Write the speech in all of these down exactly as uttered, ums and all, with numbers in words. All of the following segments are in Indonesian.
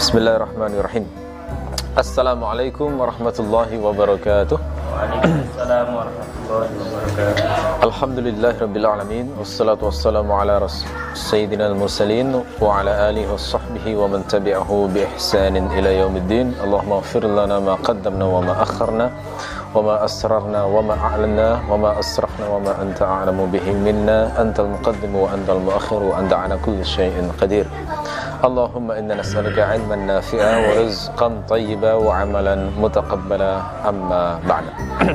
Bismillahirrahmanirrahim. Assalamualaikum warahmatullahi wabarakatuh. Waalaikumsalam warahmatullahi wabarakatuh. Alhamdulillahirabbil alamin wassalatu wassalamu ala rasul sayyidina al-mursalin wa ala alihi washabbihi wa man tabi'ahu bi ihsanin ila yaumiddin. Allahumma ighfir lana ma qaddamna wa ma akharna wa ma asrarna wa ma a'lanna wa ma asrafna wa ma anta a'lamu bihi minna antal muqaddim wa antal muakhir wa anta ala kulli syai'in qadir. Allahumma inna nas'aluka 'ilman nafi'a wa rizqan thayyiba wa 'amalan mutaqabbala, amma ba'da.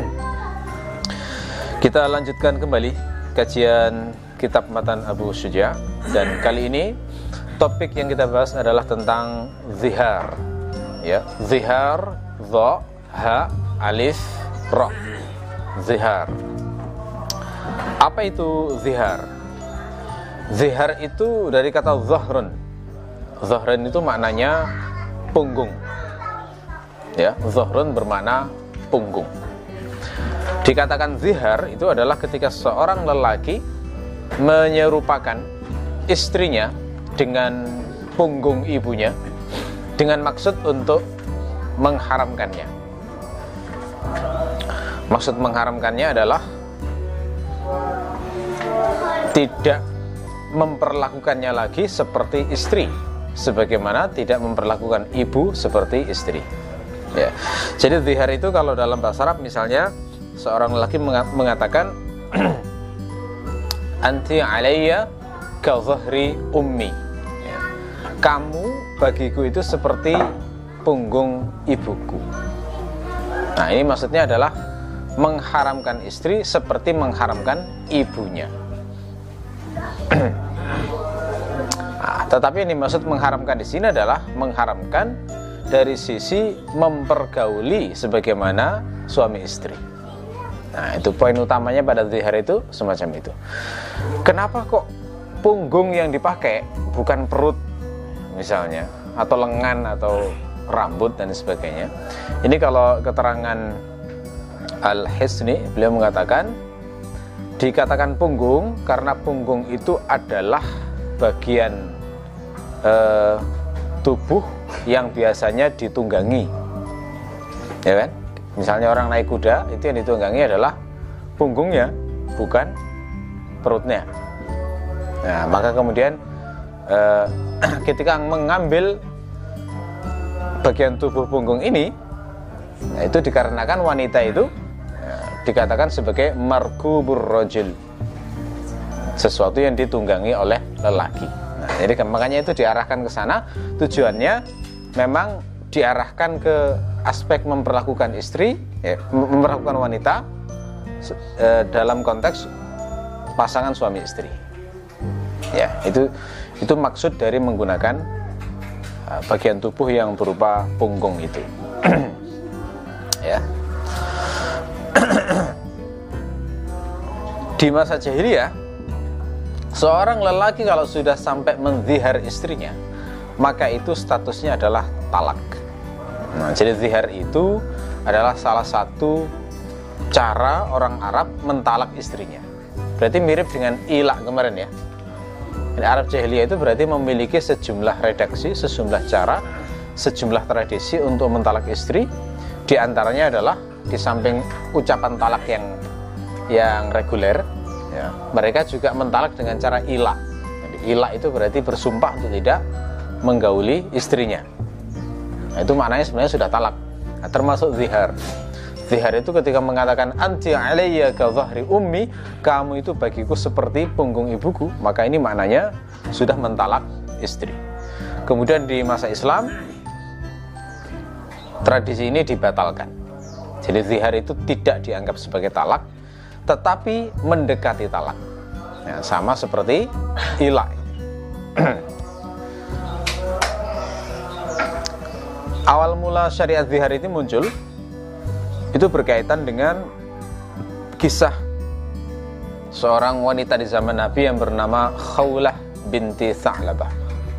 Kita lanjutkan kembali kajian kitab Matan Abu Syuja', dan kali ini topik yang kita bahas adalah tentang zihar. Ya, zihar, dha, ha, alif, ra. Zihar. Apa itu zihar? Zihar itu dari kata zahrun. Zahrun itu maknanya punggung. Ya, zahrun bermakna punggung. Dikatakan zihar itu adalah ketika seorang lelaki menyerupakan istrinya dengan punggung ibunya dengan maksud untuk mengharamkannya. Maksud mengharamkannya adalah tidak memperlakukannya lagi seperti istri, sebagaimana tidak memperlakukan ibu seperti istri. Ya. Jadi zihar itu kalau dalam bahasa Arab misalnya seorang lelaki mengatakan anti alayya ka dhahri ummi. Ya. Kamu bagiku itu seperti punggung ibuku. Nah, ini maksudnya adalah mengharamkan istri seperti mengharamkan ibunya. Nah, tetapi yang dimaksud mengharamkan di sini adalah mengharamkan dari sisi mempergauli sebagaimana suami istri. Nah, itu poin utamanya pada zihar itu semacam itu. Kenapa kok punggung yang dipakai bukan perut misalnya, atau lengan atau rambut dan sebagainya? Ini kalau keterangan Al-Hisni, beliau mengatakan dikatakan punggung karena punggung itu adalah bagian eh, tubuh yang biasanya ditunggangi, ya kan? Misalnya orang naik kuda, itu yang ditunggangi adalah punggungnya, bukan perutnya. Nah, maka kemudian eh, ketika mengambil bagian tubuh punggung ini, nah, itu dikarenakan wanita itu ya, dikatakan sebagai markubur rajul, sesuatu yang ditunggangi oleh lelaki. Nah, jadi makanya itu diarahkan ke sana. Tujuannya memang diarahkan ke aspek memperlakukan istri, ya, memperlakukan wanita e, dalam konteks pasangan suami istri. Ya, itu itu maksud dari menggunakan e, bagian tubuh yang berupa punggung itu. Ya. Di masa jahiliyah, seorang lelaki kalau sudah sampai menzihar istrinya, maka itu statusnya adalah talak. Nah, jadi zihar itu adalah salah satu cara orang Arab mentalak istrinya. Berarti mirip dengan ilak kemarin ya. Di Arab jahiliyah itu berarti memiliki sejumlah redaksi, sejumlah cara, sejumlah tradisi untuk mentalak istri. Di antaranya adalah di samping ucapan talak yang yang reguler, ya, mereka juga mentalak dengan cara ilak. Jadi ilak itu berarti bersumpah untuk tidak menggauli istrinya. Nah, itu maknanya sebenarnya sudah talak. Nah, termasuk zihar. Zihar itu ketika mengatakan anti alayya ka dhahri ummi, kamu itu bagiku seperti punggung ibuku, maka ini maknanya sudah mentalak istri. Kemudian di masa Islam tradisi ini dibatalkan. Jadi zihar itu tidak dianggap sebagai talak, tetapi mendekati talak. Nah, sama seperti ilak. Awal mula syariat zihar ini muncul itu berkaitan dengan kisah seorang wanita di zaman Nabi yang bernama Khawlah binti Tha'labah.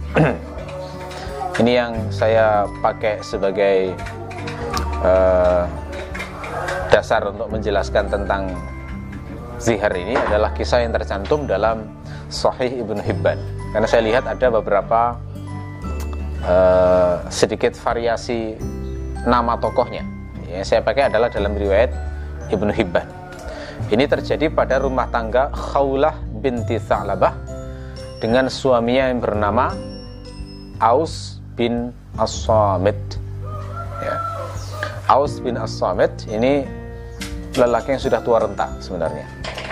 Ini yang saya pakai sebagai uh, dasar untuk menjelaskan tentang zihar ini adalah kisah yang tercantum dalam Sahih Ibnu Hibban. Karena saya lihat ada beberapa uh, sedikit variasi nama tokohnya. Yang saya pakai adalah dalam riwayat Ibnu Hibban. Ini terjadi pada rumah tangga Khawlah binti Tha'labah dengan suaminya yang bernama Aus bin As-Samit. Ya. Aus bin As-Samit ini lelaki yang sudah tua renta sebenarnya.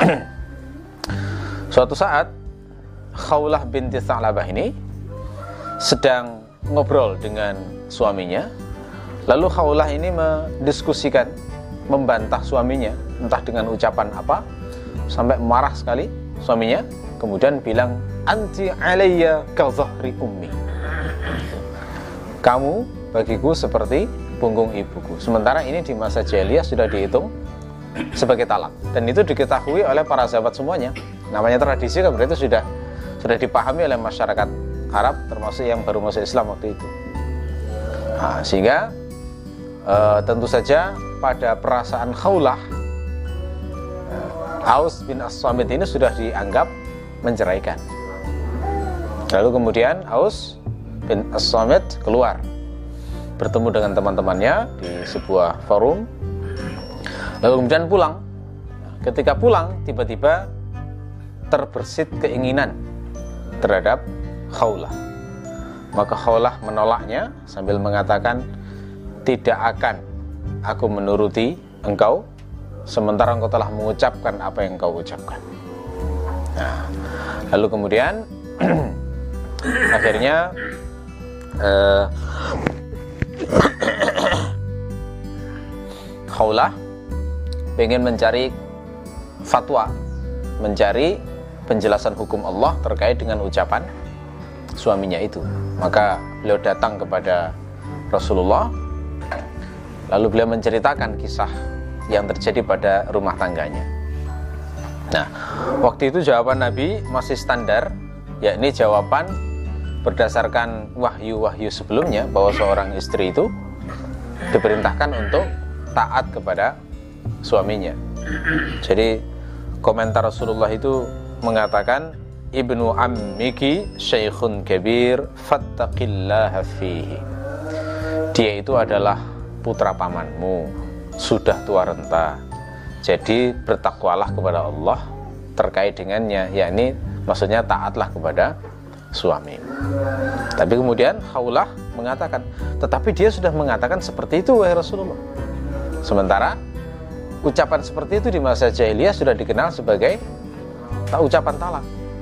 Suatu saat Khawlah binti Tha'labah ini sedang ngobrol dengan suaminya. Lalu Khawlah ini mendiskusikan, membantah suaminya, entah dengan ucapan apa, sampai marah sekali suaminya, kemudian bilang, anti alayya ka dhahri ummi. Kamu bagiku seperti punggung ibuku. Sementara ini di masa jahiliyah sudah dihitung sebagai talak, dan itu diketahui oleh para sahabat semuanya. Namanya tradisi kan berarti sudah sudah dipahami oleh masyarakat Arab, termasuk yang baru masuk Islam waktu itu. Nah, sehingga Uh, tentu saja pada perasaan Khawlah, uh, Aus bin As-Samit ini sudah dianggap menceraikan. Lalu kemudian Aus bin As-Samit keluar, bertemu dengan teman-temannya di sebuah forum, lalu kemudian pulang. Ketika pulang, tiba-tiba terbersit keinginan terhadap Khawlah. Maka Khawlah menolaknya sambil mengatakan, tidak akan aku menuruti engkau sementara engkau telah mengucapkan apa yang engkau ucapkan. Nah, lalu kemudian akhirnya uh, Khawlah ingin mencari fatwa, mencari penjelasan hukum Allah terkait dengan ucapan suaminya itu. Maka beliau datang kepada Rasulullah. Lalu beliau menceritakan kisah yang terjadi pada rumah tangganya. Nah, waktu itu jawaban Nabi masih standar, yakni jawaban berdasarkan wahyu-wahyu sebelumnya, bahwa seorang istri itu diperintahkan untuk taat kepada suaminya. Jadi komentar Rasulullah itu mengatakan, ibnu ammiki syaikhun kabir fattaqillaha fihi. Dia itu adalah putra pamanmu, sudah tua renta, jadi bertakwalah kepada Allah terkait dengannya, yakni maksudnya taatlah kepada suami. Tapi kemudian Khawlah mengatakan, tetapi dia sudah mengatakan seperti itu wahai Rasulullah. Sementara ucapan seperti itu di masa jahiliyah sudah dikenal sebagai tak ucapan talak.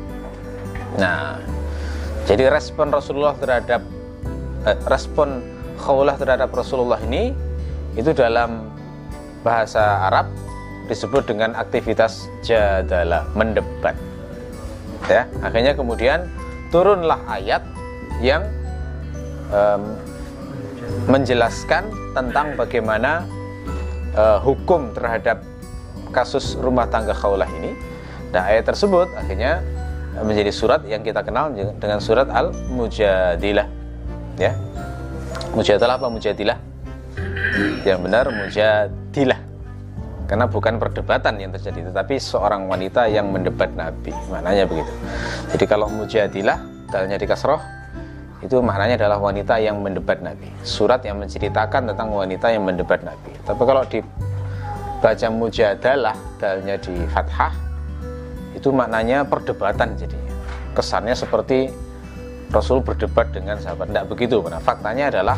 Nah, jadi respon Rasulullah terhadap eh, respon Khawlah terhadap Rasulullah ini itu dalam bahasa Arab disebut dengan aktivitas jadalah, mendebat. Ya, akhirnya kemudian turunlah ayat yang um, menjelaskan tentang bagaimana uh, hukum terhadap kasus rumah tangga Khawlah ini. Dan ayat tersebut akhirnya menjadi surat yang kita kenal dengan surat Al-Mujadilah. Ya. Mujadalah apa mujadilah? Yang benar mujadilah. Karena bukan perdebatan yang terjadi, tetapi seorang wanita yang mendebat Nabi. Maknanya begitu. Jadi kalau mujadilah, dalnya di kasroh, itu maknanya adalah wanita yang mendebat Nabi. Surat yang menceritakan tentang wanita yang mendebat Nabi. Tapi kalau dibaca mujadalah, dalnya di fathah, itu maknanya perdebatan jadinya. Kesannya seperti Rasul berdebat dengan sahabat. Tidak begitu. Nah, faktanya adalah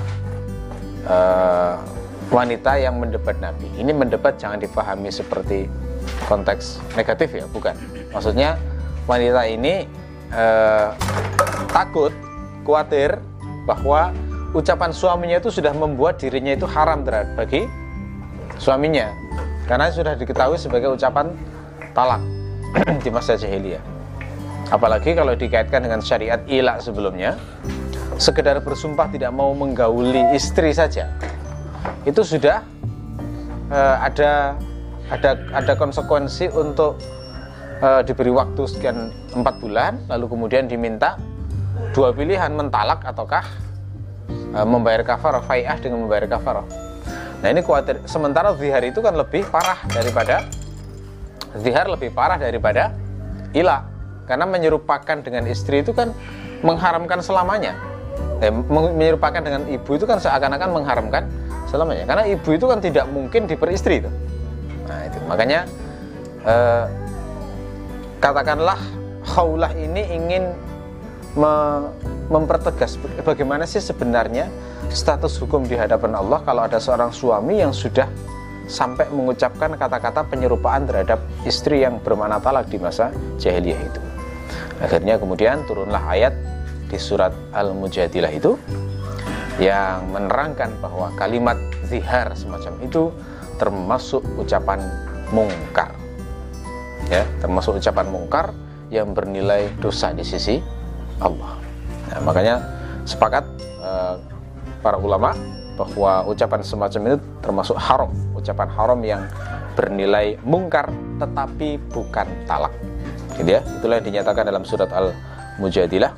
uh, wanita yang mendebat Nabi. Ini mendebat jangan dipahami seperti konteks negatif ya, bukan. Maksudnya wanita ini uh, takut, khawatir bahwa ucapan suaminya itu sudah membuat dirinya itu haram terhadap bagi suaminya, karena sudah diketahui sebagai ucapan talak di masa jahiliyah. Apalagi kalau dikaitkan dengan syariat ila sebelumnya, sekedar bersumpah tidak mau menggauli istri saja, itu sudah uh, ada ada ada konsekuensi untuk uh, diberi waktu sekian empat bulan, lalu kemudian diminta dua pilihan, mentalak ataukah uh, membayar kafarah, fai'ah dengan membayar kafarah. Nah ini khawatir. Sementara zihar itu kan lebih parah daripada zihar lebih parah daripada ila. Karena menyerupakan dengan istri itu kan mengharamkan selamanya. eh, menyerupakan dengan ibu itu kan seakan-akan mengharamkan selamanya, karena ibu itu kan tidak mungkin diperistri itu. Nah itu makanya eh, katakanlah khaulah ini ingin me mempertegas bagaimana sih sebenarnya status hukum di hadapan Allah kalau ada seorang suami yang sudah sampai mengucapkan kata-kata penyerupaan terhadap istri yang bermakna talak di masa jahiliyah itu. Akhirnya kemudian turunlah ayat di surat Al-Mujadilah itu yang menerangkan bahwa kalimat zihar semacam itu termasuk ucapan mungkar, ya, termasuk ucapan mungkar yang bernilai dosa di sisi Allah. Nah, makanya sepakat eh, para ulama bahwa ucapan semacam itu termasuk haram, ucapan haram yang bernilai mungkar tetapi bukan talak. Gitu ya. Itulah yang dinyatakan dalam surat Al-Mujadilah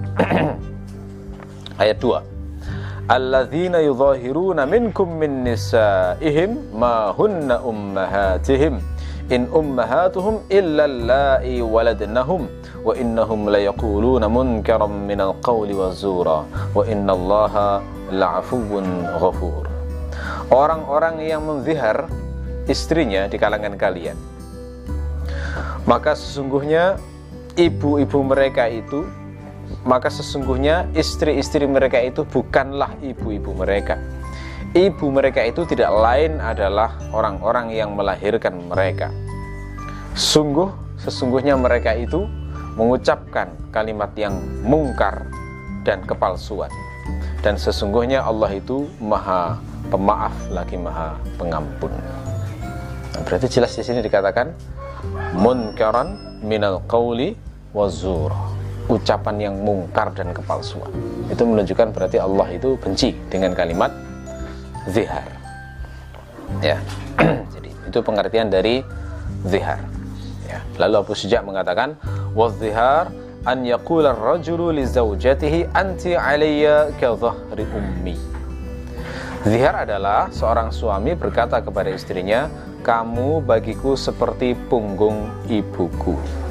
ayat dua. Alladzina yudhahiruna minkum min nisaihim ma hunna ummahatihim in ummahatuhum illa allai waladnahum wa innahum layaquluna munkaram minal qawli wazura wa innallaha la'afuwun ghafur. Orang-orang yang menzihar istrinya di kalangan kalian, maka sesungguhnya ibu-ibu mereka itu maka sesungguhnya istri-istri mereka itu bukanlah ibu-ibu mereka. Ibu mereka itu tidak lain adalah orang-orang yang melahirkan mereka. Sungguh, sesungguhnya mereka itu mengucapkan kalimat yang mungkar dan kepalsuan. Dan sesungguhnya Allah itu maha pemaaf lagi maha pengampun. Nah, berarti jelas di sini dikatakan munkaran minal qawli wazur, ucapan yang mungkar dan kepalsuan. Itu menunjukkan berarti Allah itu benci dengan kalimat zihar. Ya. Jadi itu pengertian dari zihar. Ya. Lalu Abu Syuja mengatakan wazihar an yaqula ar-rajulu li zawjatihi anti alayya ka dhahri ummi. Zihar adalah seorang suami berkata kepada istrinya, kamu bagiku seperti punggung ibuku.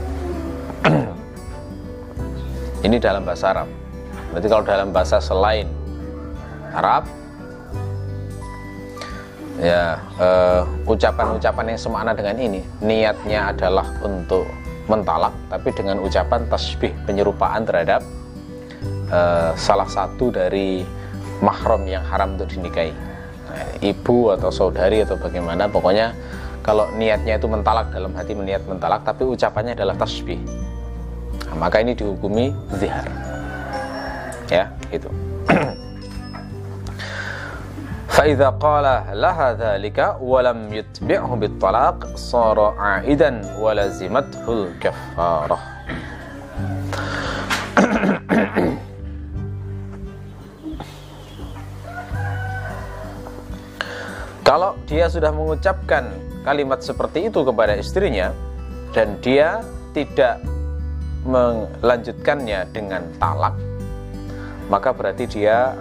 Ini dalam bahasa Arab. Berarti kalau dalam bahasa selain Arab, ya ucapan-ucapan uh, yang semakna dengan ini, niatnya adalah untuk mentalak, tapi dengan ucapan tasbih, penyerupaan terhadap uh, salah satu dari mahram yang haram untuk dinikahi, nah, ibu atau saudari atau bagaimana, pokoknya kalau niatnya itu mentalak, dalam hati meniat mentalak, tapi ucapannya adalah tasbih, nah, maka ini dihukumi zihar. Ya, itu. فَإِذَا قَالَ لَهَا ذَلِكَ وَلَمْ يُتْبِعْهُ بِالطَّلَاقِ صَارَ عَائِدًا وَلَزِمَتْهُ الْكَفَّارَةُ. Kalau dia sudah mengucapkan kalimat seperti itu kepada istrinya dan dia tidak melanjutkannya dengan talak, maka berarti dia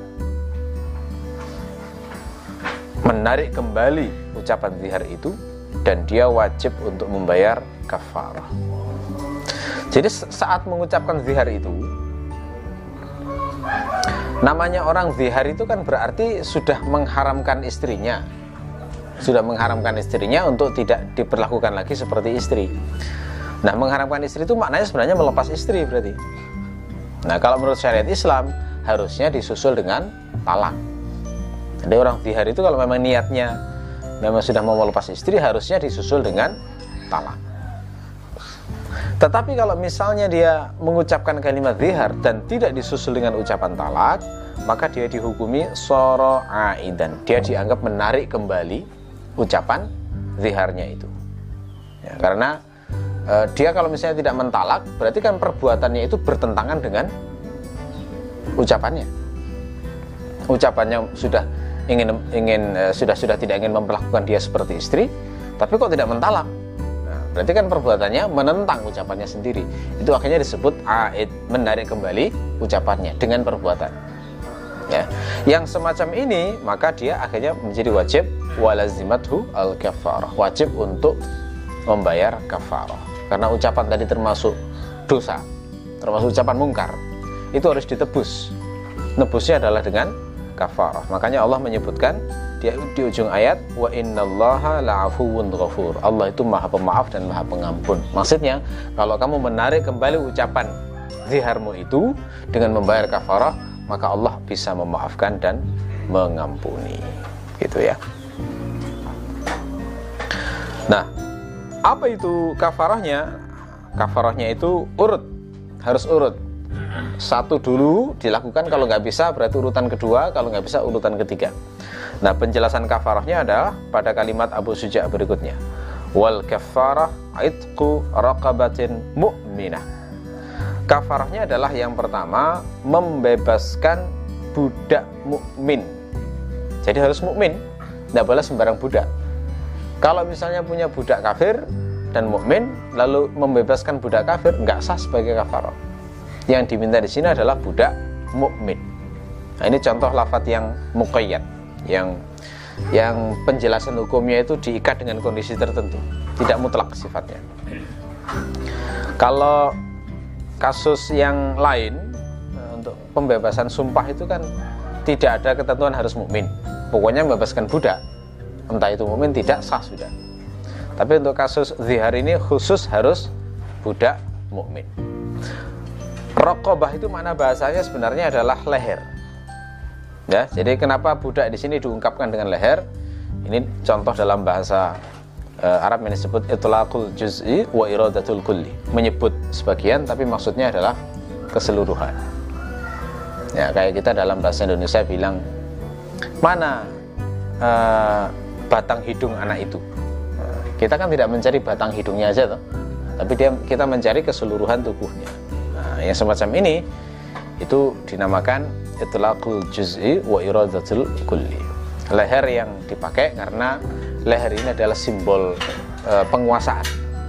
menarik kembali ucapan zihar itu dan dia wajib untuk membayar kafarah. Jadi saat mengucapkan zihar itu, namanya orang zihar itu kan berarti sudah mengharamkan istrinya, sudah mengharamkan istrinya untuk tidak diperlakukan lagi seperti istri. Nah, mengharamkan istri itu maknanya sebenarnya melepas istri berarti. Nah, kalau menurut syariat Islam harusnya disusul dengan talak. Jadi orang zihar itu kalau memang niatnya memang sudah mau melepas istri, harusnya disusul dengan talak. Tetapi kalau misalnya dia mengucapkan kalimat zihar dan tidak disusul dengan ucapan talak, maka dia dihukumi soro aidan. Dia dianggap menarik kembali ucapan ziharnya itu. Ya, karena e, dia kalau misalnya tidak mentalak, berarti kan perbuatannya itu bertentangan dengan ucapannya. Ucapannya sudah ingin ingin uh, sudah sudah tidak ingin memperlakukan dia seperti istri, tapi kok tidak mentalak. Nah, berarti kan perbuatannya menentang ucapannya sendiri. Itu akhirnya disebut aid, menarik kembali ucapannya dengan perbuatan. Ya, yang semacam ini maka dia akhirnya menjadi wajib walazimathu al-kafarah, wajib untuk membayar kafarah. Karena ucapan tadi termasuk dosa, termasuk ucapan mungkar, itu harus ditebus nebusnya adalah dengan kafarah. Makanya Allah menyebutkan di, di ujung ayat, wa innallaha la'afuwun ghafur. Allah itu maha pemaaf dan maha pengampun. Maksudnya kalau kamu menarik kembali ucapan ziharmu itu dengan membayar kafarah, maka Allah bisa memaafkan dan mengampuni, gitu ya. Nah, apa itu kafarahnya? Kafarahnya itu urut, harus urut. Satu dulu dilakukan, kalau nggak bisa berarti urutan kedua, kalau nggak bisa urutan ketiga. Nah, penjelasan kafarahnya adalah pada kalimat Abu Suja' berikutnya, wal kafarah itqu raqabatin mu'minah. Kafarahnya adalah yang pertama membebaskan budak mukmin. Jadi harus mukmin, tidak boleh sembarang budak. Kalau misalnya punya budak kafir dan mukmin lalu membebaskan budak kafir, nggak sah sebagai kafarah. Yang diminta di sini adalah budak mukmin. Nah, ini contoh lafadz yang muqayyad, yang yang penjelasan hukumnya itu diikat dengan kondisi tertentu, tidak mutlak sifatnya. Kalau kasus yang lain untuk pembebasan sumpah itu kan tidak ada ketentuan harus mukmin. Pokoknya membebaskan budak, entah itu mukmin tidak sah sudah. Tapi untuk kasus zihar ini khusus harus budak mukmin. Raqabah itu makna bahasanya sebenarnya adalah leher. Ya, jadi kenapa budak di sini diungkapkan dengan leher? Ini contoh dalam bahasa uh, Arab yang disebut itlaqul juz'i wa iradatul kulli. Menyebut sebagian tapi maksudnya adalah keseluruhan. Ya, kayak kita dalam bahasa Indonesia bilang, mana uh, batang hidung anak itu? Nah, kita kan tidak mencari batang hidungnya aja toh, tapi dia kita mencari keseluruhan tubuhnya. Nah, yang semacam ini itu dinamakan itlaqul juz'i wa iradatul kulli. Leher yang dipakai karena leher ini adalah simbol e, penguasaan.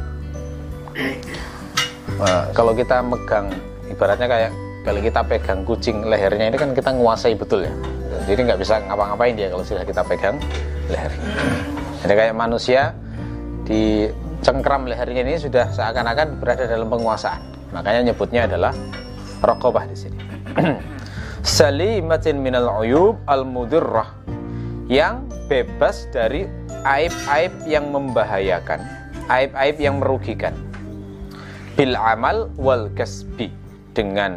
Nah, kalau kita megang, ibaratnya kayak kalau kita pegang kucing, lehernya ini kan kita menguasai betul ya. Jadi nggak bisa ngapa-ngapain dia kalau sudah kita pegang lehernya. Jadi kayak manusia di cengkram lehernya ini sudah seakan-akan berada dalam penguasaan. Makanya nyebutnya adalah raqabah di sini. Salimatin minal uyub al-mudirrah, yang bebas dari aib-aib yang membahayakan, aib-aib yang merugikan. Bil amal wal kasbi, dengan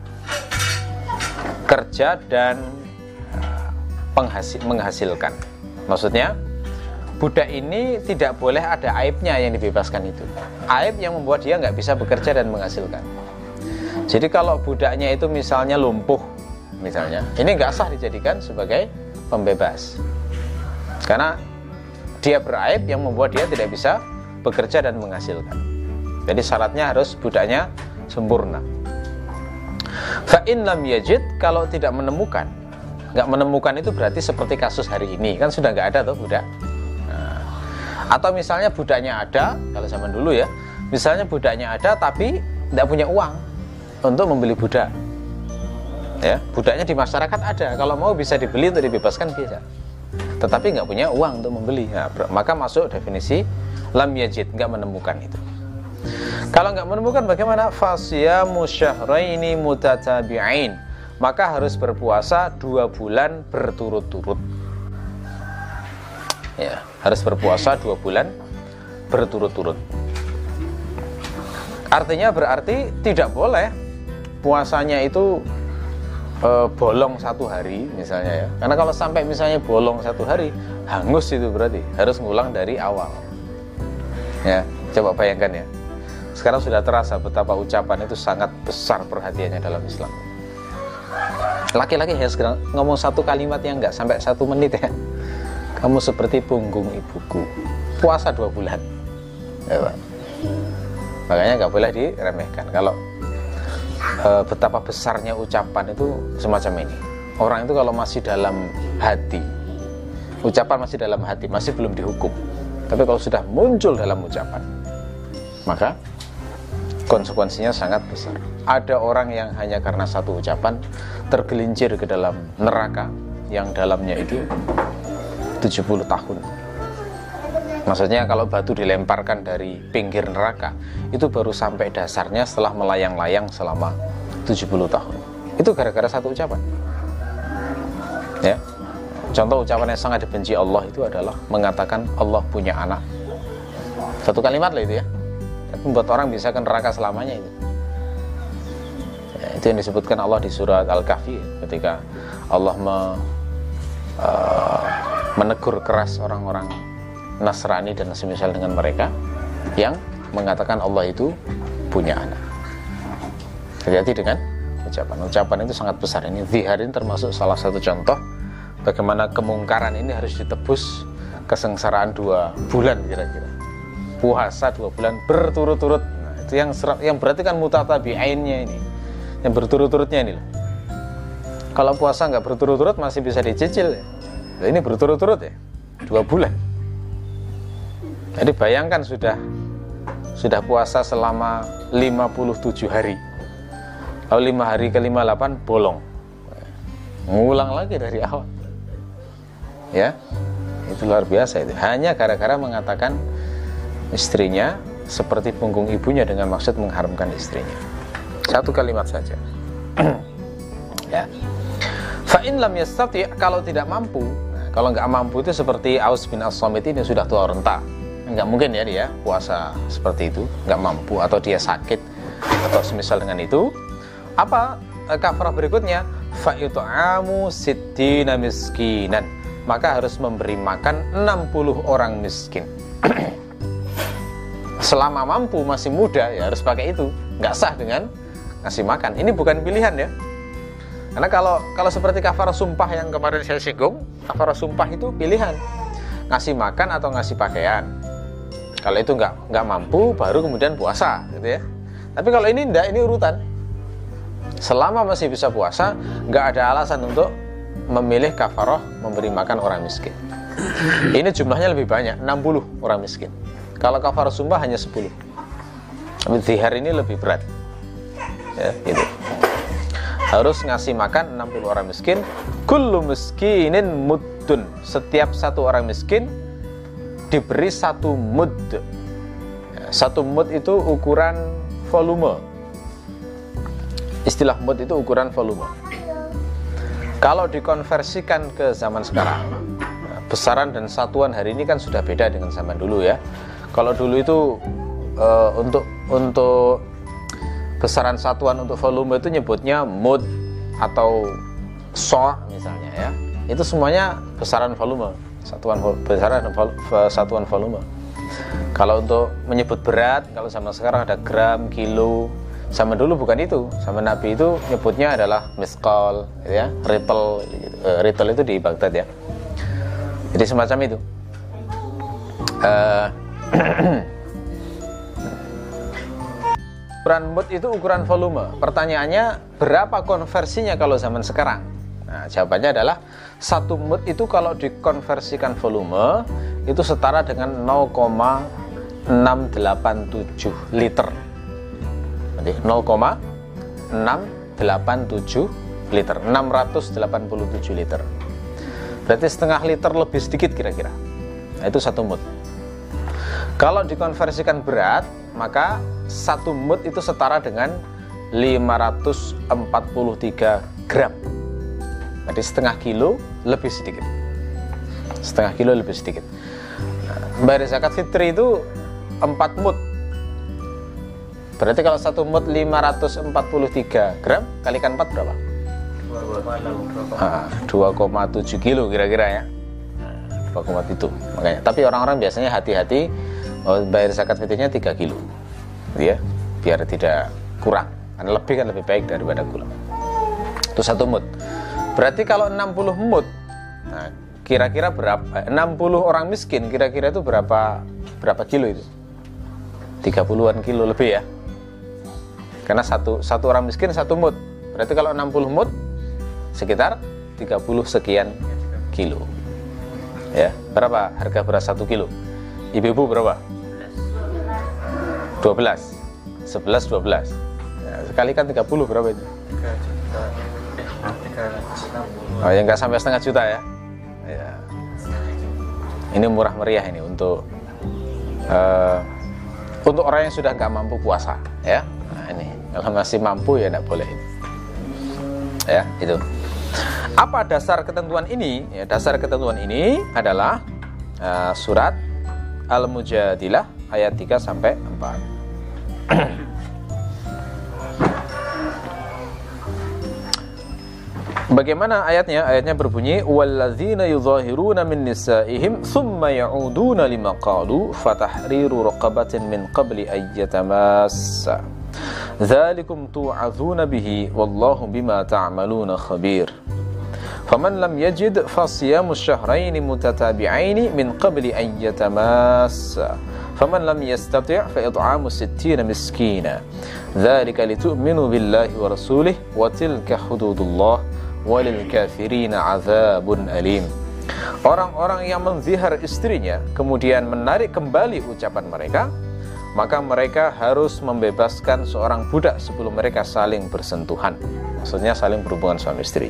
kerja dan penghasil, menghasilkan. Maksudnya budak ini tidak boleh ada aibnya yang dibebaskan itu. Aib yang membuat dia nggak bisa bekerja dan menghasilkan. Jadi kalau budaknya itu misalnya lumpuh, misalnya, ini nggak sah dijadikan sebagai pembebas, karena dia beraib yang membuat dia tidak bisa bekerja dan menghasilkan. Jadi syaratnya harus budaknya sempurna. Fa in lam yajid, kalau tidak menemukan, nggak menemukan itu berarti seperti kasus hari ini, kan sudah nggak ada tuh budak. Nah, atau misalnya budaknya ada, kalau zaman dulu ya, misalnya budaknya ada tapi tidak punya uang untuk membeli budak. Ya, budaknya di masyarakat ada, kalau mau bisa dibeli untuk dibebaskan bisa, tetapi nggak punya uang untuk membeli. Nah, maka masuk definisi lam yajid, nggak menemukan itu. Kalau nggak menemukan bagaimana? Fasyamu syahraini mutatabi'ain, maka harus berpuasa dua bulan berturut-turut. Ya, harus berpuasa dua bulan berturut-turut. Artinya berarti tidak boleh puasanya itu e, bolong satu hari misalnya ya. Karena kalau sampai misalnya bolong satu hari, hangus itu berarti harus ngulang dari awal. Ya, coba bayangkan ya. Sekarang sudah terasa betapa ucapan itu sangat besar perhatiannya dalam Islam. Laki-laki ya sekarang ngomong satu kalimat yang enggak sampai satu menit ya. Kamu seperti punggung ibuku. Puasa dua bulan. Ya, Pak. Makanya nggak boleh diremehkan. Kalau e, betapa besarnya ucapan itu semacam ini. Orang itu kalau masih dalam hati, ucapan masih dalam hati, masih belum dihukum. Tapi kalau sudah muncul dalam ucapan, maka konsekuensinya sangat besar. Ada orang yang hanya karena satu ucapan tergelincir ke dalam neraka yang dalamnya itu tujuh puluh tahun. Maksudnya kalau batu dilemparkan dari pinggir neraka, itu baru sampai dasarnya setelah melayang-layang selama tujuh puluh tahun. Itu gara-gara satu ucapan. Ya. Contoh ucapan yang sangat dibenci Allah itu adalah mengatakan Allah punya anak. Satu kalimat lah itu ya. Tapi membuat orang bisa ke neraka selamanya itu. Ya, itu yang disebutkan Allah di surat Al-Kahfi ketika Allah me, uh, menegur keras orang-orang Nasrani dan semisal dengan mereka yang mengatakan Allah itu punya anak. Hati-hati dengan ucapan. Ucapan itu sangat besar. Ini zihar ini termasuk salah satu contoh bagaimana kemungkaran ini harus ditebus kesengsaraan dua bulan kira-kira. Puasa dua bulan berturut-turut. Nah, itu yang yang berarti kan mutatabi'ainnya ini. Yang berturut-turutnya ini loh. Kalau puasa nggak berturut-turut masih bisa dicicil ya. Nah, ini berturut-turut ya. Dua bulan. Jadi bayangkan sudah sudah puasa selama lima puluh tujuh hari. Lalu lima hari ke lima puluh delapan bolong. Ngulang lagi dari awal. Ya. Itu luar biasa itu. Hanya gara-gara mengatakan istrinya seperti punggung ibunya dengan maksud mengharamkan istrinya. Satu kalimat saja. Ya. Fa in lam yastati, kalau tidak mampu. Nah, kalau nggak mampu itu seperti Aus bin As-Samit ini sudah tua renta. Nggak mungkin ya dia puasa seperti itu, nggak mampu atau dia sakit atau semisal dengan itu. Apa kafarah berikutnya? Fa yut'amu sittina miskinan. Maka harus memberi makan enam puluh orang miskin. Selama mampu masih muda ya harus pakai itu, nggak sah dengan ngasih makan. Ini bukan pilihan ya. Karena kalau kalau seperti kafarah sumpah yang kemarin saya singgung, kafarah sumpah itu pilihan, ngasih makan atau ngasih pakaian. Kalau itu nggak nggak mampu, baru kemudian puasa, gitu ya. Tapi kalau ini enggak, ini urutan. Selama masih bisa puasa, nggak ada alasan untuk memilih kafarah memberi makan orang miskin. Ini jumlahnya lebih banyak, enam puluh orang miskin. Kalau kafarah sumpah hanya sepuluh. Tapi zihar ini lebih berat. Ya, gitu. Harus ngasih makan enam puluh orang miskin. Kullu miskinin muddun. Setiap satu orang miskin diberi satu mud. Ya, satu mud itu ukuran volume. Istilah mud itu ukuran volume. Kalau dikonversikan ke zaman sekarang, besaran dan satuan hari ini kan sudah beda dengan zaman dulu ya. Kalau dulu itu e, untuk untuk besaran satuan untuk volume itu nyebutnya mud atau so misalnya ya. Itu semuanya besaran volume, satuan besaran satuan volume. Kalau untuk menyebut berat, kalau zaman sekarang ada gram, kilo. Zaman dulu bukan itu. Zaman Nabi itu nyebutnya adalah miskal, gitu ya, ritel. Gitu. E, ritel itu di Baghdad ya. Jadi semacam itu. E, Ukuran mud itu ukuran volume. Pertanyaannya berapa konversinya kalau zaman sekarang? Nah, jawabannya adalah satu mud itu kalau dikonversikan volume itu setara dengan nol koma enam delapan tujuh liter. Jadi nol koma enam delapan tujuh liter, enam ratus delapan puluh tujuh liter. Berarti setengah liter lebih sedikit kira-kira. Nah, itu satu mud. Kalau dikonversikan berat, maka satu mud itu setara dengan lima ratus empat puluh tiga gram. Jadi setengah kilo lebih sedikit. Setengah kilo lebih sedikit. Nah, bayar zakat fitri itu empat mud. Berarti kalau satu mud lima ratus empat puluh tiga gram, kalikan empat berapa? dua koma tujuh kilo kira-kira ya. dua koma tujuh makanya. Tapi orang-orang biasanya hati-hati oh, bayar zakat fitrinya tiga kilo, ya, biar tidak kurang. Karena lebih kan lebih baik daripada kurang. Itu satu mud. Berarti kalau enam puluh mud, nah, kira-kira berapa? enam puluh orang miskin, kira-kira itu berapa berapa kilo itu? tiga puluhan kilo lebih ya. Karena satu satu orang miskin satu mud. Berarti kalau enam puluh mud sekitar tiga puluh sekian kilo. Ya, berapa harga beras satu kilo? Ibu-ibu berapa? dua belas. sebelas, dua belas. Ya, sekalikan tiga puluh berapa itu? tiga juta. tiga ratus enam puluh. Oh, yang nggak sampai setengah juta ya? Ya. Ini murah meriah ini untuk uh, untuk orang yang sudah nggak mampu puasa, ya. Nah, ini kalau masih mampu ya nggak boleh. Ya, itu. Apa dasar ketentuan ini? Ya, dasar ketentuan ini adalah uh, surat Al-Mujadilah ayat tiga sampai empat. Bagaimana ayatnya? Ayatnya berbunyi walladzina yudhahiruna min nisaihim thumma ya'uduna lima qalu fatahriru raqabatin min qabli ay yatamassa dzalikum tu'adzuna bihi wallahu bima ta'maluna khabir faman lam yajid fasiyamu syahrayn mutatabi'ain min qabli ay yatamassa faman lam yastati' fa it'amu sittina miskina dzalika litu'minu billahi wa rasulih wa tilka hududullah walil kafirina azabun alim. Orang-orang yang menzihar istrinya kemudian menarik kembali ucapan mereka, maka mereka harus membebaskan seorang budak sebelum mereka saling bersentuhan. Maksudnya saling berhubungan suami istri.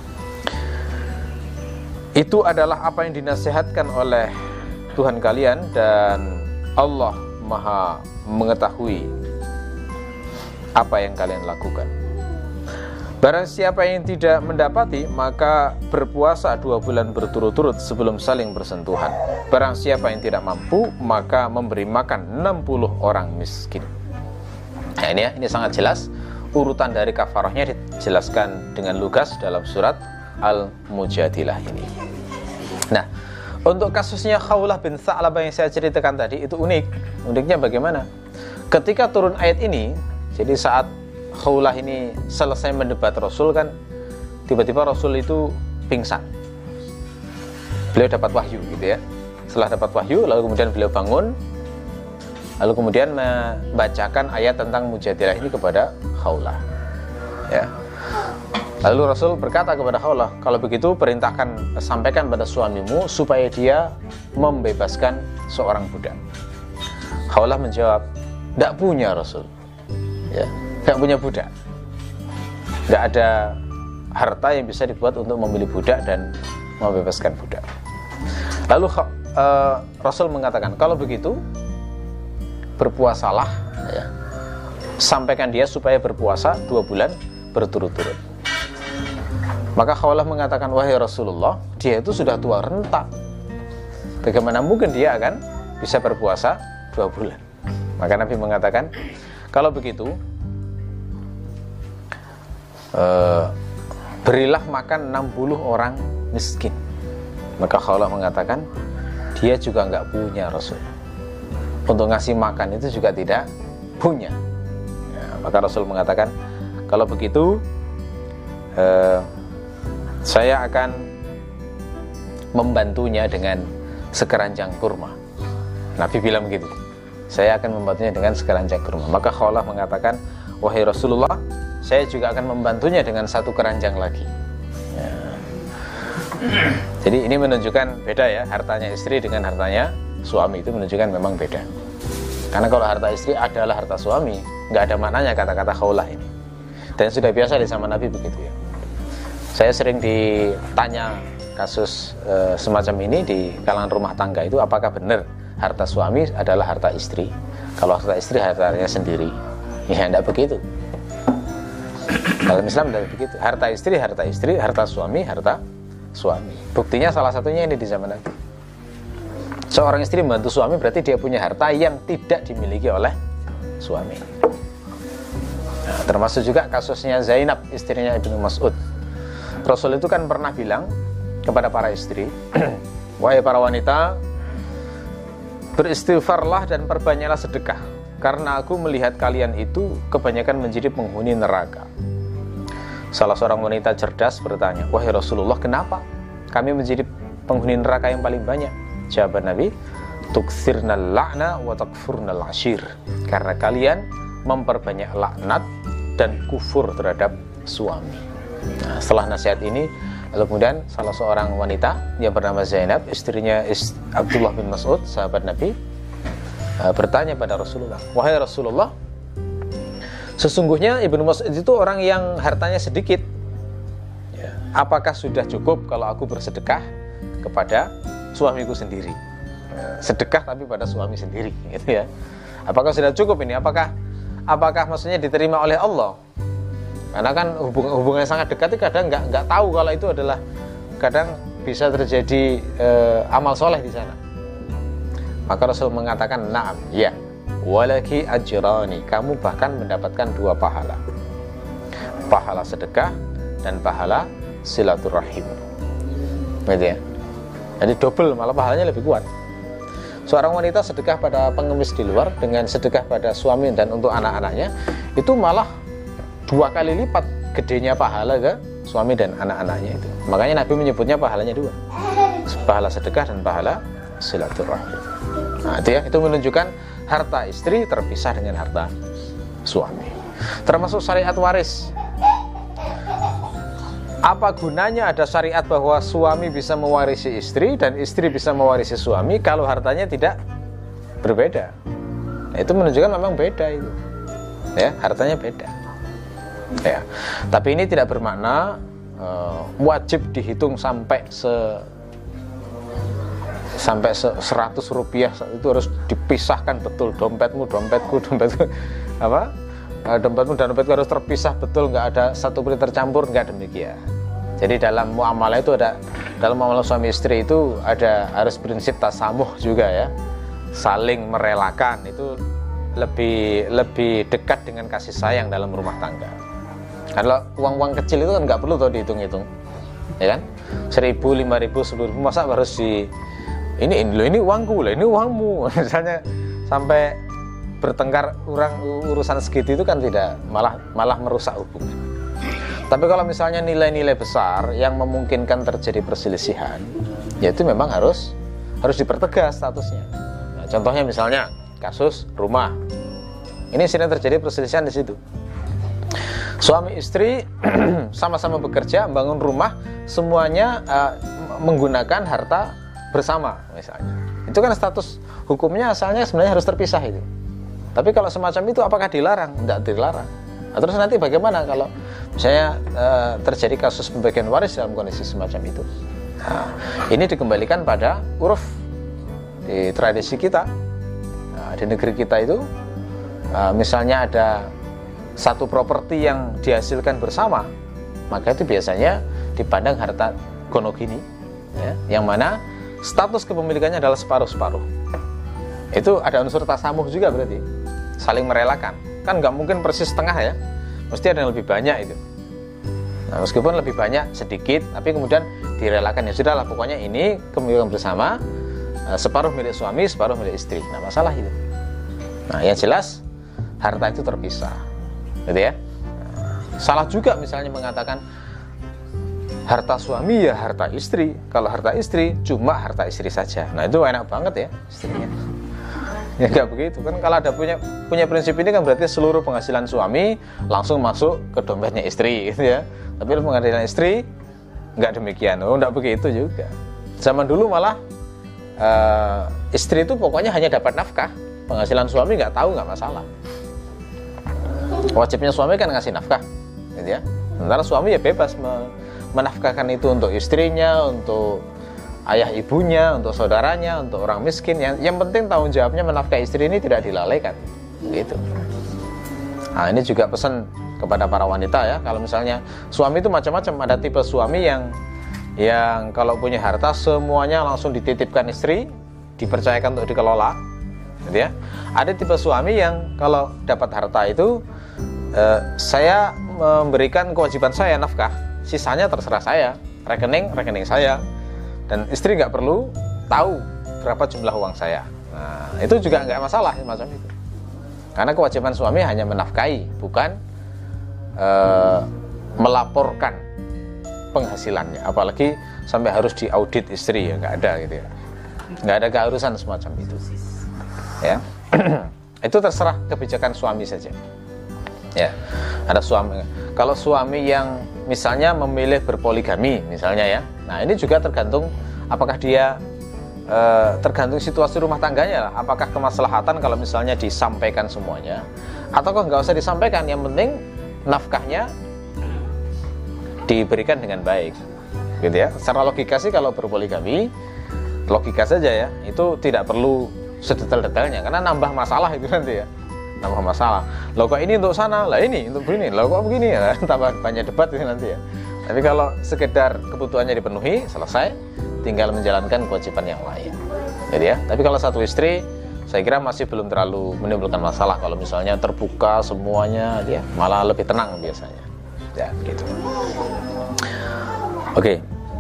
Itu adalah apa yang dinasihatkan oleh Tuhan kalian dan Allah Maha mengetahui apa yang kalian lakukan. Barang siapa yang tidak mendapati, maka berpuasa dua bulan berturut-turut sebelum saling bersentuhan. Barang siapa yang tidak mampu, maka memberi makan enam puluh orang miskin. Nah ini ya, ini sangat jelas. Urutan dari kafarahnya dijelaskan dengan lugas dalam surat Al-Mujadilah ini. Nah, untuk kasusnya Khawlah bin Tha'labah yang saya ceritakan tadi, itu unik. Uniknya bagaimana? Ketika turun ayat ini, jadi saat Khawlah ini selesai mendebat Rasul kan, tiba-tiba Rasul itu pingsan. Beliau dapat wahyu gitu ya. Setelah dapat wahyu, lalu kemudian beliau bangun, lalu kemudian membacakan ayat tentang Mujadilah ini kepada Khawlah. Ya. Lalu Rasul berkata kepada Khawlah, kalau begitu perintahkan, sampaikan pada suamimu supaya dia membebaskan seorang budak. Khawlah menjawab, tidak punya Rasul. Ya. Tidak punya budak, tidak ada harta yang bisa dibuat untuk membeli budak dan membebaskan budak. Lalu uh, Rasul mengatakan, kalau begitu berpuasalah, ya. Sampaikan dia supaya berpuasa dua bulan berturut-turut. Maka Khawlah mengatakan, wahai Rasulullah, dia itu sudah tua renta, bagaimana mungkin dia akan bisa berpuasa dua bulan? Maka Nabi mengatakan, kalau begitu Uh, berilah makan enam puluh orang miskin. Maka Khawlah mengatakan, dia juga nggak punya Rasul. Untuk ngasih makan itu juga tidak punya. Ya, maka Rasul mengatakan, kalau begitu uh, saya akan membantunya dengan sekeranjang kurma. Nabi bilang begitu, saya akan membantunya dengan sekeranjang kurma. Maka Khawlah mengatakan, wahai Rasulullah, saya juga akan membantunya dengan satu keranjang lagi. Ya. Jadi ini menunjukkan beda ya, hartanya istri dengan hartanya suami itu menunjukkan memang beda. Karena kalau harta istri adalah harta suami, nggak ada maknanya kata-kata Khawlah ini. Dan sudah biasa di zaman Nabi begitu ya. Saya sering ditanya kasus e, semacam ini di kalangan rumah tangga itu, apakah benar harta suami adalah harta istri? Kalau harta istri hartanya sendiri? Ya tidak begitu. Dalam Islam tidak begitu. Harta istri, harta istri, harta suami, harta suami. Buktinya salah satunya ini di zaman Nabi. Seorang istri membantu suami berarti dia punya harta yang tidak dimiliki oleh suami. Nah, termasuk juga kasusnya Zainab, istrinya Ibnu Mas'ud. Rasul itu kan pernah bilang kepada para istri, wahai para wanita, beristighfarlah dan perbanyaklah sedekah, karena aku melihat kalian itu kebanyakan menjadi penghuni neraka. Salah seorang wanita cerdas bertanya, wahai Rasulullah, kenapa kami menjadi penghuni neraka yang paling banyak? Jawaban Nabi, tukthirnal la'na wa takfurnal ashir, karena kalian memperbanyak laknat dan kufur terhadap suami. Nah, setelah nasihat ini, lalu kemudian salah seorang wanita yang bernama Zainab, istrinya Abdullah bin Mas'ud, sahabat Nabi, bertanya pada Rasulullah, wahai Rasulullah, sesungguhnya Ibnu Mas'ud itu orang yang hartanya sedikit. Ya, apakah sudah cukup kalau aku bersedekah kepada suamiku sendiri? Ya, sedekah tapi pada suami sendiri, gitu ya. Apakah sudah cukup ini? Apakah apakah maksudnya diterima oleh Allah? Karena kan hubungan hubungan sangat dekat itu kadang nggak nggak tahu kalau itu adalah, kadang bisa terjadi eh, amal soleh di sana. Maka Rasul mengatakan, na'am, ya, walaki ajrani, kamu bahkan mendapatkan dua pahala, pahala sedekah dan pahala silaturahim. Gitu ya. Jadi double, malah pahalanya lebih kuat. Seorang wanita sedekah pada pengemis di luar dengan sedekah pada suami dan untuk anak-anaknya, itu malah dua kali lipat gedenya pahala ke suami dan anak-anaknya itu. Makanya Nabi menyebutnya pahalanya dua, pahala sedekah dan pahala silaturahim. Nah, itu ya, itu menunjukkan harta istri terpisah dengan harta suami. Termasuk syariat waris. Apa gunanya ada syariat bahwa suami bisa mewarisi istri dan istri bisa mewarisi suami kalau hartanya tidak berbeda? Nah, itu menunjukkan memang beda itu. Ya, hartanya beda. Ya. Tapi ini tidak bermakna uh, wajib dihitung sampai se sampai seratus rupiah itu harus dipisahkan betul, dompetmu, dompetku, dompetku apa? Dompetmu dan dompetku harus terpisah betul, nggak ada satu pun tercampur, nggak demikian. Jadi dalam muamalah itu ada, dalam muamalah suami istri itu ada harus prinsip tasamuh juga ya, saling merelakan, itu lebih lebih dekat dengan kasih sayang dalam rumah tangga. Kalau uang-uang kecil itu kan nggak perlu tuh dihitung-hitung, ya kan? Seribu, lima ribu, sepuluh ribu, masa harus di ini ini, ini uangku lah, ini uangmu, misalnya sampai bertengkar orang urusan segitu itu kan tidak, malah malah merusak hubungan. Tapi kalau misalnya nilai-nilai besar yang memungkinkan terjadi perselisihan, ya itu memang harus harus dipertegas statusnya. Nah, contohnya misalnya kasus rumah, ini sering terjadi perselisihan di situ. Suami istri sama-sama bekerja membangun rumah, semuanya uh, menggunakan harta bersama misalnya. Itu kan status hukumnya asalnya sebenarnya harus terpisah itu. Tapi kalau semacam itu apakah dilarang? Tidak dilarang. Nah, terus nanti bagaimana kalau misalnya e, terjadi kasus pembagian waris dalam kondisi semacam itu? Nah, ini dikembalikan pada uruf di tradisi kita. Nah, di negeri kita itu e, misalnya ada satu properti yang dihasilkan bersama, maka itu biasanya dipandang harta gono gini, ya, yang mana status kepemilikannya adalah separuh-separuh. Itu ada unsur tasamuh juga berarti, saling merelakan. Kan nggak mungkin persis setengah ya, mesti ada yang lebih banyak itu. Nah, meskipun lebih banyak sedikit, tapi kemudian direlakan, ya sudahlah pokoknya ini kepemilikan bersama, separuh milik suami, separuh milik istri. Nah, masalah itu. Nah, yang jelas harta itu terpisah, gitu ya. Nah, salah juga misalnya mengatakan harta suami ya harta istri, kalau harta istri cuma harta istri saja. Nah, itu enak banget ya istrinya. Ya nggak begitu kan, kalau ada punya punya prinsip ini kan berarti seluruh penghasilan suami langsung masuk ke dompetnya istri gitu ya. Tapi penghasilan istri nggak demikian, oh nggak begitu juga. Zaman dulu malah uh, istri itu pokoknya hanya dapat nafkah, penghasilan suami nggak tahu, nggak masalah. Wajibnya suami kan ngasih nafkah, gitu ya. Sementara suami ya bebas menafkahkan itu untuk istrinya, untuk ayah ibunya, untuk saudaranya, untuk orang miskin. Yang, yang penting tanggung jawabnya menafkahi istri ini tidak dilalaikan, gitu. Nah, ini juga pesan kepada para wanita ya. Kalau misalnya suami itu macam-macam, ada tipe suami yang yang kalau punya harta semuanya langsung dititipkan istri, dipercayakan untuk dikelola, gitu ya. Ada tipe suami yang kalau dapat harta itu eh, saya memberikan kewajiban saya nafkah, sisanya terserah saya, rekening rekening saya. Dan istri nggak perlu tahu berapa jumlah uang saya. Nah, itu juga nggak masalah semacam itu. Karena kewajiban suami hanya menafkahi, bukan uh, melaporkan penghasilannya. Apalagi sampai harus diaudit istri, ya nggak ada gitu ya. Nggak ada keharusan semacam itu. Ya, itu terserah kebijakan suami saja. Ya, ada suami. Kalau suami yang misalnya memilih berpoligami, misalnya ya. Nah, ini juga tergantung apakah dia e, tergantung situasi rumah tangganya lah. Apakah kemaslahatan kalau misalnya disampaikan semuanya, ataukah nggak usah disampaikan, yang penting nafkahnya diberikan dengan baik, gitu ya. Secara logika sih kalau berpoligami, logika saja ya, itu tidak perlu sedetail-detailnya, karena nambah masalah itu nanti ya. nambah masalah. Loh kok ini untuk sana, lah ini untuk begini, loh kok begini ya, tambah banyak debat ini nanti ya. Tapi kalau sekedar kebutuhannya dipenuhi, selesai, tinggal menjalankan kewajiban yang lain. Jadi ya, tapi kalau satu istri, saya kira masih belum terlalu menimbulkan masalah. Kalau misalnya terbuka semuanya, dia malah lebih tenang biasanya. Ya, gitu. Oke.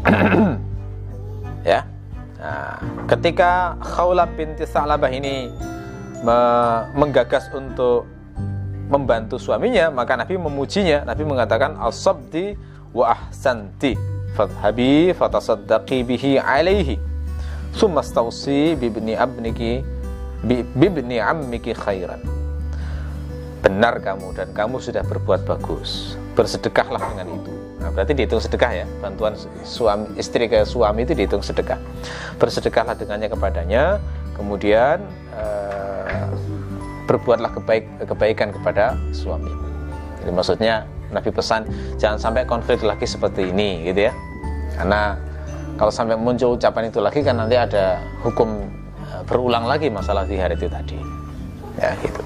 Ya. Nah, ketika Khawlah binti Sa'labah ini me menggagas untuk membantu suaminya, maka Nabi memujinya. Nabi mengatakan as-sabdi wa ahsanti fadhhabi fatasaddaqi bihi alaihi summa stawsi bibni abniki bibni ammiki khairan. Benar kamu dan kamu sudah berbuat bagus, bersedekahlah dengan itu. Nah, berarti dihitung sedekah ya, bantuan suami istri ke suami itu dihitung sedekah. Bersedekahlah dengannya kepadanya, kemudian eh, berbuatlah kebaik, kebaikan kepada suami. Jadi maksudnya Nabi pesan jangan sampai konflik lagi seperti ini gitu ya, karena kalau sampai muncul ucapan itu lagi kan nanti ada hukum uh, berulang lagi masalah zihar itu tadi ya gitu.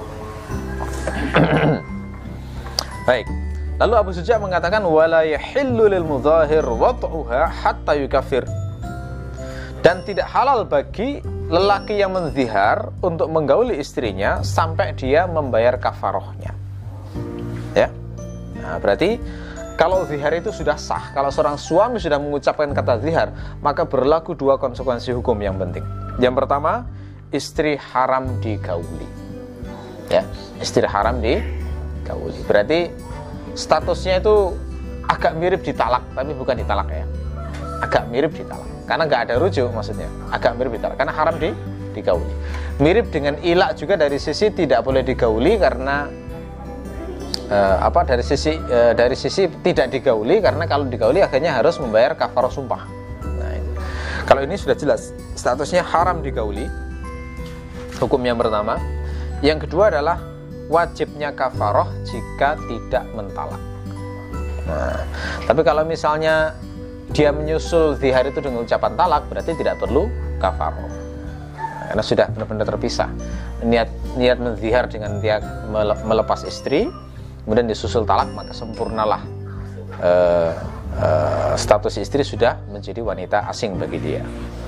Baik, lalu Abu Suja mengatakan wala yahillu lil mudhahir wat'uha hatta yukafir, dan tidak halal bagi lelaki yang menzihar untuk menggauli istrinya sampai dia membayar kafarohnya ya. Nah, berarti kalau zihar itu sudah sah, kalau seorang suami sudah mengucapkan kata zihar, maka berlaku dua konsekuensi hukum yang penting. Yang pertama, istri haram digauli. Ya, istri haram digauli. Berarti statusnya itu agak mirip ditalak, tapi bukan ditalak ya. Agak mirip ditalak, karena nggak ada rujuk maksudnya. Agak mirip ditalak, karena haram di, digauli. Mirip dengan ilak juga dari sisi tidak boleh digauli karena Uh, apa dari sisi uh, dari sisi tidak digauli, karena kalau digauli akhirnya harus membayar kafarah sumpah. Nah, itu. Kalau ini sudah jelas statusnya haram digauli, hukum yang pertama. Yang kedua adalah wajibnya kafarah jika tidak mentalak. Nah, tapi kalau misalnya dia menyusul zihar itu dengan ucapan talak, berarti tidak perlu kafarah, nah, karena sudah benar-benar terpisah. Niat niat menzihar dengan dia melepas istri, kemudian disusul talak, maka sempurnalah uh, uh, status istri sudah menjadi wanita asing bagi dia.